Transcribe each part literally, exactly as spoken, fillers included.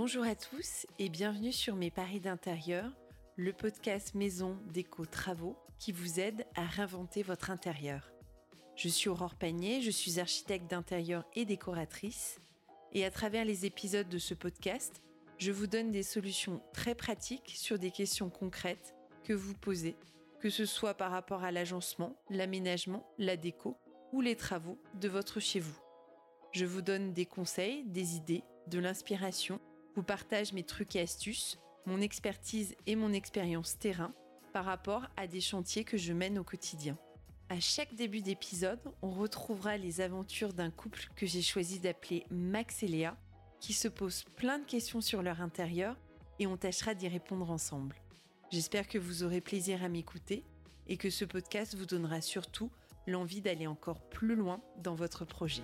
Bonjour à tous et bienvenue sur Mes Paris d'intérieur, le podcast maison déco travaux qui vous aide à réinventer votre intérieur. Je suis Aurore Pagné, je suis architecte d'intérieur et décoratrice et à travers les épisodes de ce podcast, je vous donne des solutions très pratiques sur des questions concrètes que vous posez, que ce soit par rapport à l'agencement, l'aménagement, la déco ou les travaux de votre chez vous. Je vous donne des conseils, des idées, de l'inspiration, vous partage mes trucs et astuces, mon expertise et mon expérience terrain par rapport à des chantiers que je mène au quotidien. À chaque début d'épisode, on retrouvera les aventures d'un couple que j'ai choisi d'appeler Max et Léa, qui se posent plein de questions sur leur intérieur et on tâchera d'y répondre ensemble. J'espère que vous aurez plaisir à m'écouter et que ce podcast vous donnera surtout l'envie d'aller encore plus loin dans votre projet.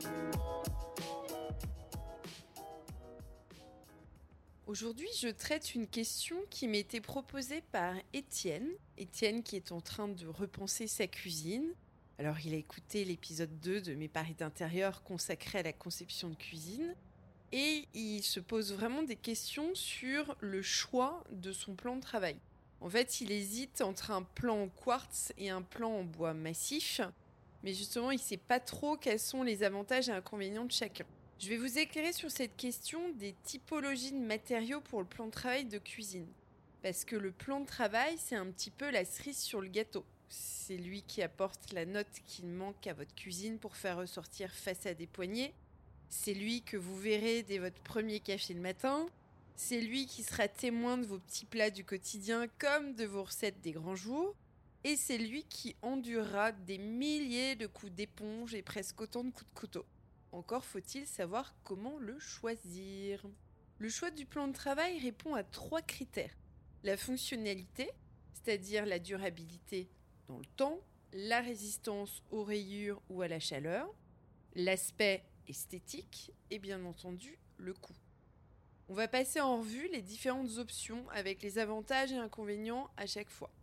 Aujourd'hui, je traite une question qui m'a été proposée par Étienne. Étienne qui est en train de repenser sa cuisine. Alors, il a écouté l'épisode deux de Mes Paris d'intérieur consacré à la conception de cuisine. Et il se pose vraiment des questions sur le choix de son plan de travail. En fait, il hésite entre un plan en quartz et un plan en bois massif. Mais justement, il ne sait pas trop quels sont les avantages et inconvénients de chacun. Je vais vous éclairer sur cette question des typologies de matériaux pour le plan de travail de cuisine. Parce que le plan de travail, c'est un petit peu la cerise sur le gâteau. C'est lui qui apporte la note qu'il manque à votre cuisine pour faire ressortir façade et poignée. C'est lui que vous verrez dès votre premier café le matin. C'est lui qui sera témoin de vos petits plats du quotidien comme de vos recettes des grands jours. Et c'est lui qui endurera des milliers de coups d'éponge et presque autant de coups de couteau. Encore faut-il savoir comment le choisir. Le choix du plan de travail répond à trois critères. La fonctionnalité, c'est-à-dire la durabilité dans le temps, la résistance aux rayures ou à la chaleur, l'aspect esthétique et bien entendu le coût. On va passer en revue les différentes options avec les avantages et inconvénients à chaque fois.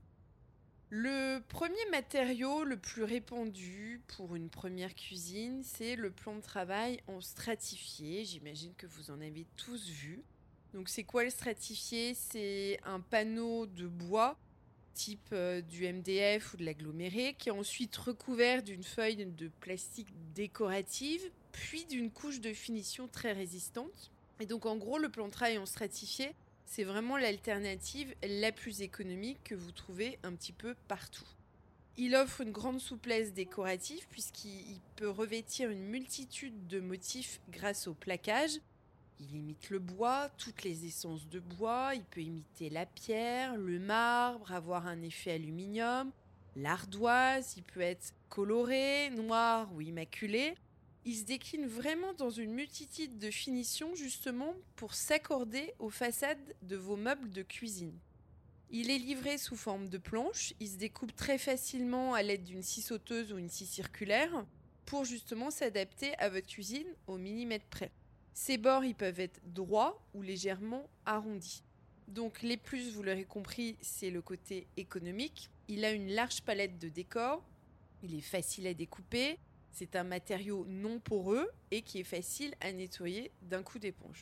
Le premier matériau le plus répandu pour une première cuisine, c'est le plan de travail en stratifié. J'imagine que vous en avez tous vu. Donc c'est quoi le stratifié ? C'est un panneau de bois type euh, du M D F ou de l'aggloméré qui est ensuite recouvert d'une feuille de plastique décorative puis d'une couche de finition très résistante. Et donc en gros, le plan de travail en stratifié, c'est vraiment l'alternative la plus économique que vous trouvez un petit peu partout. Il offre une grande souplesse décorative puisqu'il peut revêtir une multitude de motifs grâce au plaquage. Il imite le bois, toutes les essences de bois, il peut imiter la pierre, le marbre, avoir un effet aluminium, l'ardoise, il peut être coloré, noir ou immaculé. Il se décline vraiment dans une multitude de finitions justement pour s'accorder aux façades de vos meubles de cuisine. Il est livré sous forme de planche, il se découpe très facilement à l'aide d'une scie sauteuse ou une scie circulaire pour justement s'adapter à votre cuisine au millimètre près. Ses bords ils peuvent être droits ou légèrement arrondis. Donc les plus, vous l'aurez compris, c'est le côté économique. Il a une large palette de décors, il est facile à découper. C'est un matériau non poreux et qui est facile à nettoyer d'un coup d'éponge.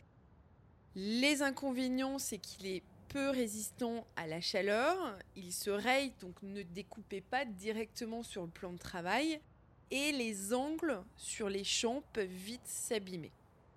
Les inconvénients, c'est qu'il est peu résistant à la chaleur. Il se raye, donc ne découpez pas directement sur le plan de travail. Et les angles sur les champs peuvent vite s'abîmer.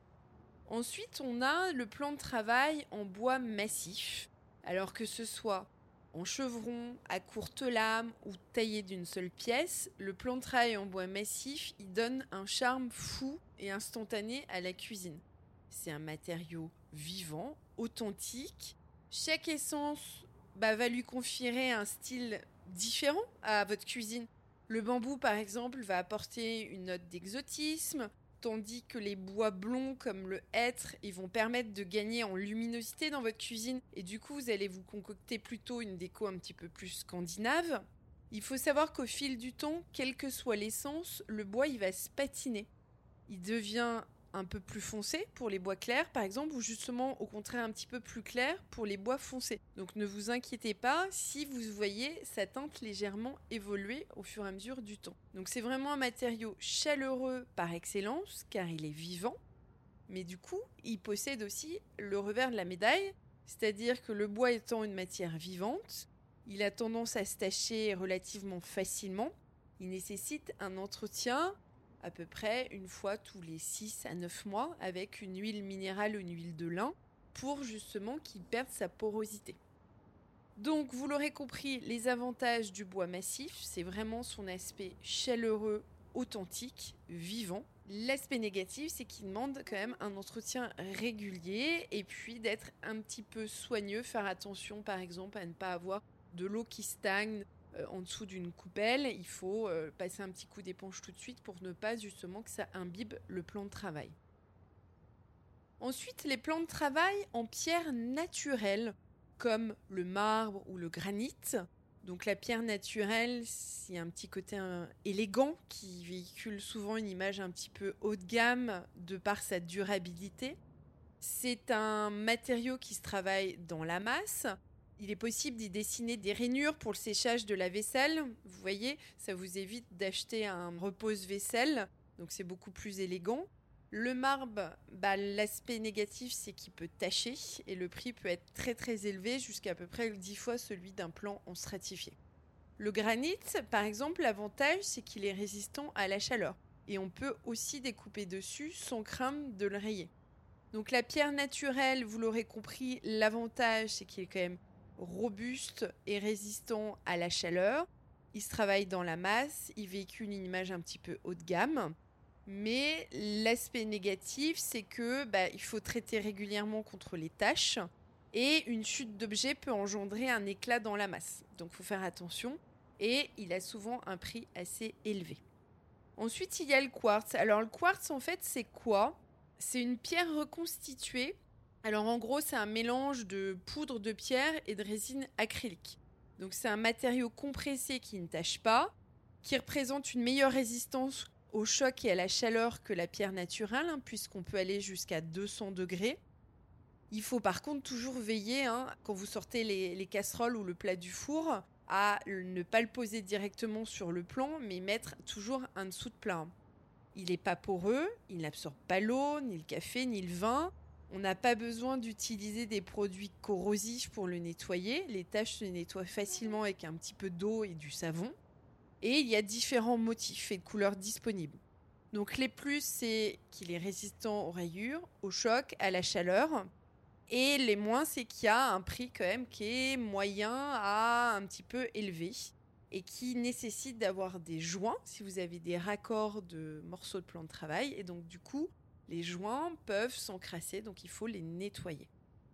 Ensuite, on a le plan de travail en bois massif. Alors que ce soit en chevron, à courte lame ou taillé d'une seule pièce, le plan de travail en bois massif, il donne un charme fou et instantané à la cuisine. C'est un matériau vivant, authentique. Chaque essence bah, va lui conférer un style différent à votre cuisine. Le bambou, par exemple, va apporter une note d'exotisme, tandis que les bois blonds comme le hêtre, ils vont permettre de gagner en luminosité dans votre cuisine. Et du coup, vous allez vous concocter plutôt une déco un petit peu plus scandinave. Il faut savoir qu'au fil du temps, quelle que soit l'essence, le bois, il va se patiner. Il devient un peu plus foncé pour les bois clairs, par exemple, ou justement, au contraire, un petit peu plus clair pour les bois foncés. Donc, ne vous inquiétez pas si vous voyez sa teinte légèrement évoluer au fur et à mesure du temps. Donc, c'est vraiment un matériau chaleureux par excellence, car il est vivant. Mais du coup, il possède aussi le revers de la médaille, c'est-à-dire que le bois étant une matière vivante, il a tendance à se tacher relativement facilement. Il nécessite un entretien à peu près une fois tous les six à neuf mois avec une huile minérale ou une huile de lin pour justement qu'il perde sa porosité. Donc, vous l'aurez compris, les avantages du bois massif, c'est vraiment son aspect chaleureux, authentique, vivant. L'aspect négatif, c'est qu'il demande quand même un entretien régulier et puis d'être un petit peu soigneux, faire attention par exemple à ne pas avoir de l'eau qui stagne euh, en dessous d'une coupelle. Il faut euh, passer un petit coup d'éponge tout de suite pour ne pas justement que ça imbibe le plan de travail. Ensuite, les plans de travail en pierre naturelle, comme le marbre ou le granit. Donc la pierre naturelle, c'est un petit côté un, élégant qui véhicule souvent une image un petit peu haut de gamme de par sa durabilité. C'est un matériau qui se travaille dans la masse. Il est possible d'y dessiner des rainures pour le séchage de la vaisselle. Vous voyez, ça vous évite d'acheter un repose-vaisselle, donc c'est beaucoup plus élégant. Le marbre, bah, l'aspect négatif, c'est qu'il peut tacher et le prix peut être très très élevé, jusqu'à à peu près dix fois celui d'un plan en stratifié. Le granit, par exemple, l'avantage, c'est qu'il est résistant à la chaleur et on peut aussi découper dessus sans craindre de le rayer. Donc la pierre naturelle, vous l'aurez compris, l'avantage, c'est qu'il est quand même robuste et résistant à la chaleur. Il se travaille dans la masse, il véhicule une image un petit peu haut de gamme. Mais l'aspect négatif, c'est que bah, il faut traiter régulièrement contre les taches et une chute d'objet peut engendrer un éclat dans la masse. Donc il faut faire attention et il a souvent un prix assez élevé. Ensuite, il y a le quartz. Alors le quartz, en fait, c'est quoi ? C'est une pierre reconstituée. Alors en gros, c'est un mélange de poudre de pierre et de résine acrylique. Donc c'est un matériau compressé qui ne tache pas, qui représente une meilleure résistance au choc et à la chaleur que la pierre naturelle, hein, puisqu'on peut aller jusqu'à deux cents degrés. Il faut par contre toujours veiller, hein, quand vous sortez les, les casseroles ou le plat du four, à ne pas le poser directement sur le plan, mais mettre toujours un dessous de plat. Il n'est pas poreux, il n'absorbe pas l'eau, ni le café, ni le vin. On n'a pas besoin d'utiliser des produits corrosifs pour le nettoyer. Les taches se nettoient facilement avec un petit peu d'eau et du savon. Et il y a différents motifs et de couleurs disponibles. Donc les plus, c'est qu'il est résistant aux rayures, au choc, à la chaleur. Et les moins, c'est qu'il y a un prix quand même qui est moyen à un petit peu élevé et qui nécessite d'avoir des joints si vous avez des raccords de morceaux de plan de travail. Et donc du coup, les joints peuvent s'encrasser, donc il faut les nettoyer.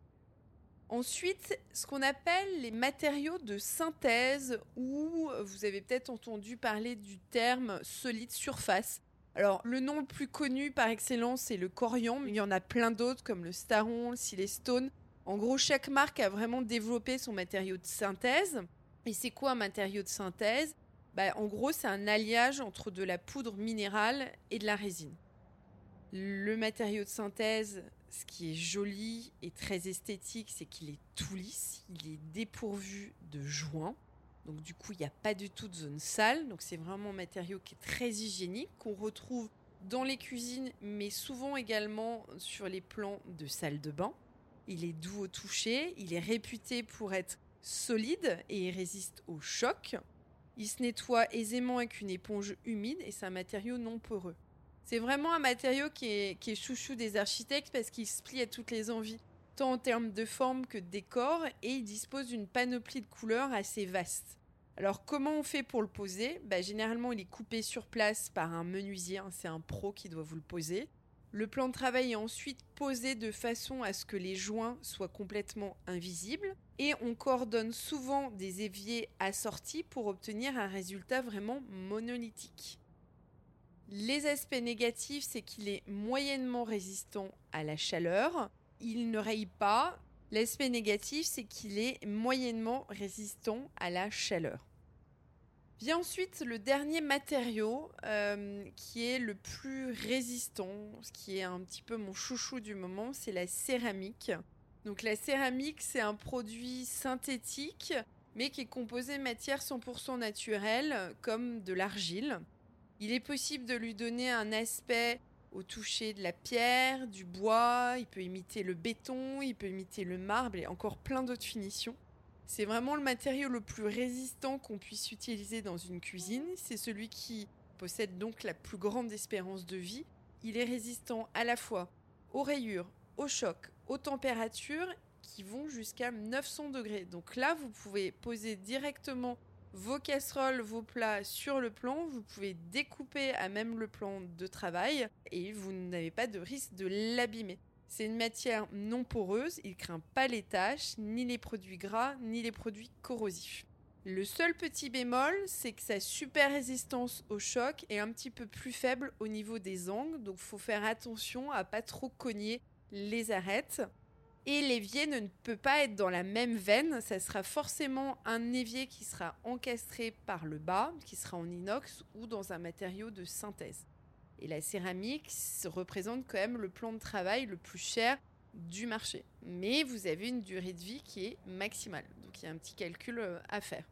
Ensuite, ce qu'on appelle les matériaux de synthèse, ou vous avez peut-être entendu parler du terme solide surface. Alors, le nom le plus connu par excellence, c'est le Corian, mais il y en a plein d'autres comme le Staron, le Silestone. En gros, chaque marque a vraiment développé son matériau de synthèse. Et c'est quoi un matériau de synthèse ? Bah, en gros, c'est un alliage entre de la poudre minérale et de la résine. Le matériau de synthèse, ce qui est joli et très esthétique, c'est qu'il est tout lisse, il est dépourvu de joints. Donc du coup, il n'y a pas du tout de zone sale. Donc c'est vraiment un matériau qui est très hygiénique, qu'on retrouve dans les cuisines, mais souvent également sur les plans de salle de bain. Il est doux au toucher, il est réputé pour être solide et il résiste au choc. Il se nettoie aisément avec une éponge humide et c'est un matériau non poreux. C'est vraiment un matériau qui est, qui est chouchou des architectes parce qu'il se plie à toutes les envies, tant en termes de forme que de décor, et il dispose d'une panoplie de couleurs assez vaste. Alors comment on fait pour le poser ? Bah, généralement, il est coupé sur place par un menuisier, hein, c'est un pro qui doit vous le poser. Le plan de travail est ensuite posé de façon à ce que les joints soient complètement invisibles, et on coordonne souvent des éviers assortis pour obtenir un résultat vraiment monolithique. Les aspects négatifs, c'est qu'il est moyennement résistant à la chaleur. Il ne raye pas. L'aspect négatif, c'est qu'il est moyennement résistant à la chaleur. Vient ensuite le dernier matériau euh, qui est le plus résistant, ce qui est un petit peu mon chouchou du moment, c'est la céramique. Donc la céramique, c'est un produit synthétique, mais qui est composé de matières cent pour cent naturelles, comme de l'argile. Il est possible de lui donner un aspect au toucher de la pierre, du bois, il peut imiter le béton, il peut imiter le marbre et encore plein d'autres finitions. C'est vraiment le matériau le plus résistant qu'on puisse utiliser dans une cuisine. C'est celui qui possède donc la plus grande espérance de vie. Il est résistant à la fois aux rayures, aux chocs, aux températures qui vont jusqu'à neuf cents degrés. Donc là, vous pouvez poser directement vos casseroles, vos plats sur le plan. Vous pouvez découper à même le plan de travail et vous n'avez pas de risque de l'abîmer. C'est une matière non poreuse, il ne craint pas les taches, ni les produits gras, ni les produits corrosifs. Le seul petit bémol, c'est que sa super résistance au choc est un petit peu plus faible au niveau des angles, donc il faut faire attention à ne pas trop cogner les arêtes. Et l'évier ne peut pas être dans la même veine, ça sera forcément un évier qui sera encastré par le bas, qui sera en inox ou dans un matériau de synthèse. Et la céramique représente quand même le plan de travail le plus cher du marché. Mais vous avez une durée de vie qui est maximale. Donc il y a un petit calcul à faire.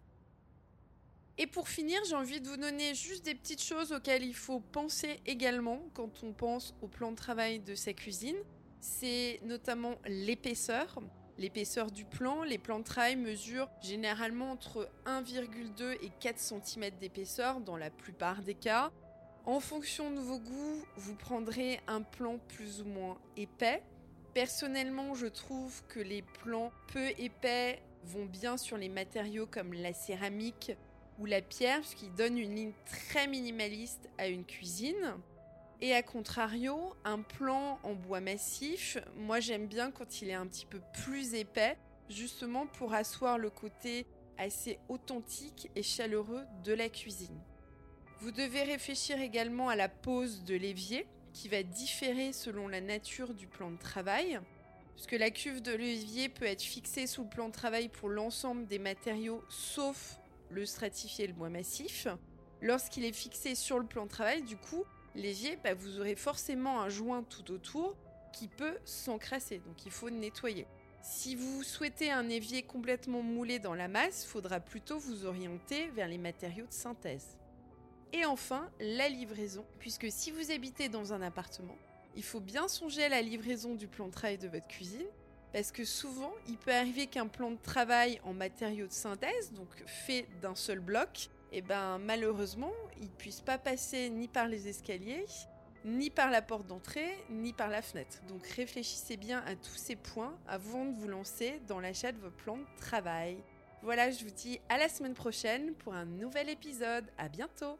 Et pour finir, j'ai envie de vous donner juste des petites choses auxquelles il faut penser également quand on pense au plan de travail de sa cuisine. C'est notamment l'épaisseur. L'épaisseur du plan. Les plans de travail mesurent généralement entre un virgule deux et quatre centimètres d'épaisseur dans la plupart des cas. En fonction de vos goûts, vous prendrez un plan plus ou moins épais. Personnellement, je trouve que les plans peu épais vont bien sur les matériaux comme la céramique ou la pierre, ce qui donne une ligne très minimaliste à une cuisine. Et à contrario, un plan en bois massif, moi j'aime bien quand il est un petit peu plus épais, justement pour asseoir le côté assez authentique et chaleureux de la cuisine. Vous devez réfléchir également à la pose de l'évier, qui va différer selon la nature du plan de travail, puisque la cuve de l'évier peut être fixée sous le plan de travail pour l'ensemble des matériaux, sauf le stratifié et le bois massif. Lorsqu'il est fixé sur le plan de travail, du coup, l'évier, bah, vous aurez forcément un joint tout autour qui peut s'encrasser, donc il faut nettoyer. Si vous souhaitez un évier complètement moulé dans la masse, il faudra plutôt vous orienter vers les matériaux de synthèse. Et enfin, la livraison, puisque si vous habitez dans un appartement, il faut bien songer à la livraison du plan de travail de votre cuisine, parce que souvent, il peut arriver qu'un plan de travail en matériaux de synthèse, donc fait d'un seul bloc, et ben malheureusement, il ne puisse pas passer ni par les escaliers, ni par la porte d'entrée, ni par la fenêtre. Donc réfléchissez bien à tous ces points avant de vous lancer dans l'achat de vos plans de travail. Voilà, je vous dis à la semaine prochaine pour un nouvel épisode. À bientôt!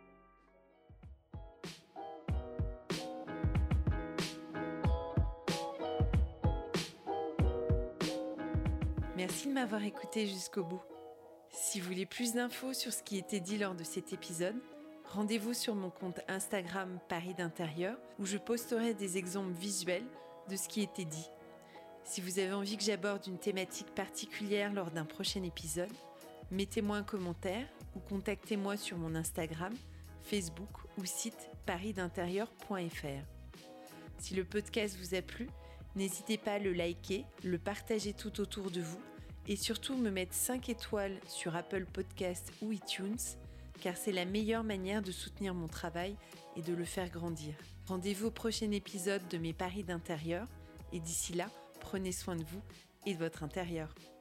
Merci de m'avoir écouté jusqu'au bout. Si vous voulez plus d'infos sur ce qui était dit lors de cet épisode, rendez-vous sur mon compte Instagram Paris d'Intérieur où je posterai des exemples visuels de ce qui était dit. Si vous avez envie que j'aborde une thématique particulière lors d'un prochain épisode, mettez-moi un commentaire ou contactez-moi sur mon Instagram, Facebook ou site paris d'intérieur point f r. Si le podcast vous a plu, n'hésitez pas à le liker, le partager tout autour de vous et surtout me mettre cinq étoiles sur Apple Podcasts ou iTunes, car c'est la meilleure manière de soutenir mon travail et de le faire grandir. Rendez-vous au prochain épisode de mes paris d'intérieur et d'ici là, prenez soin de vous et de votre intérieur.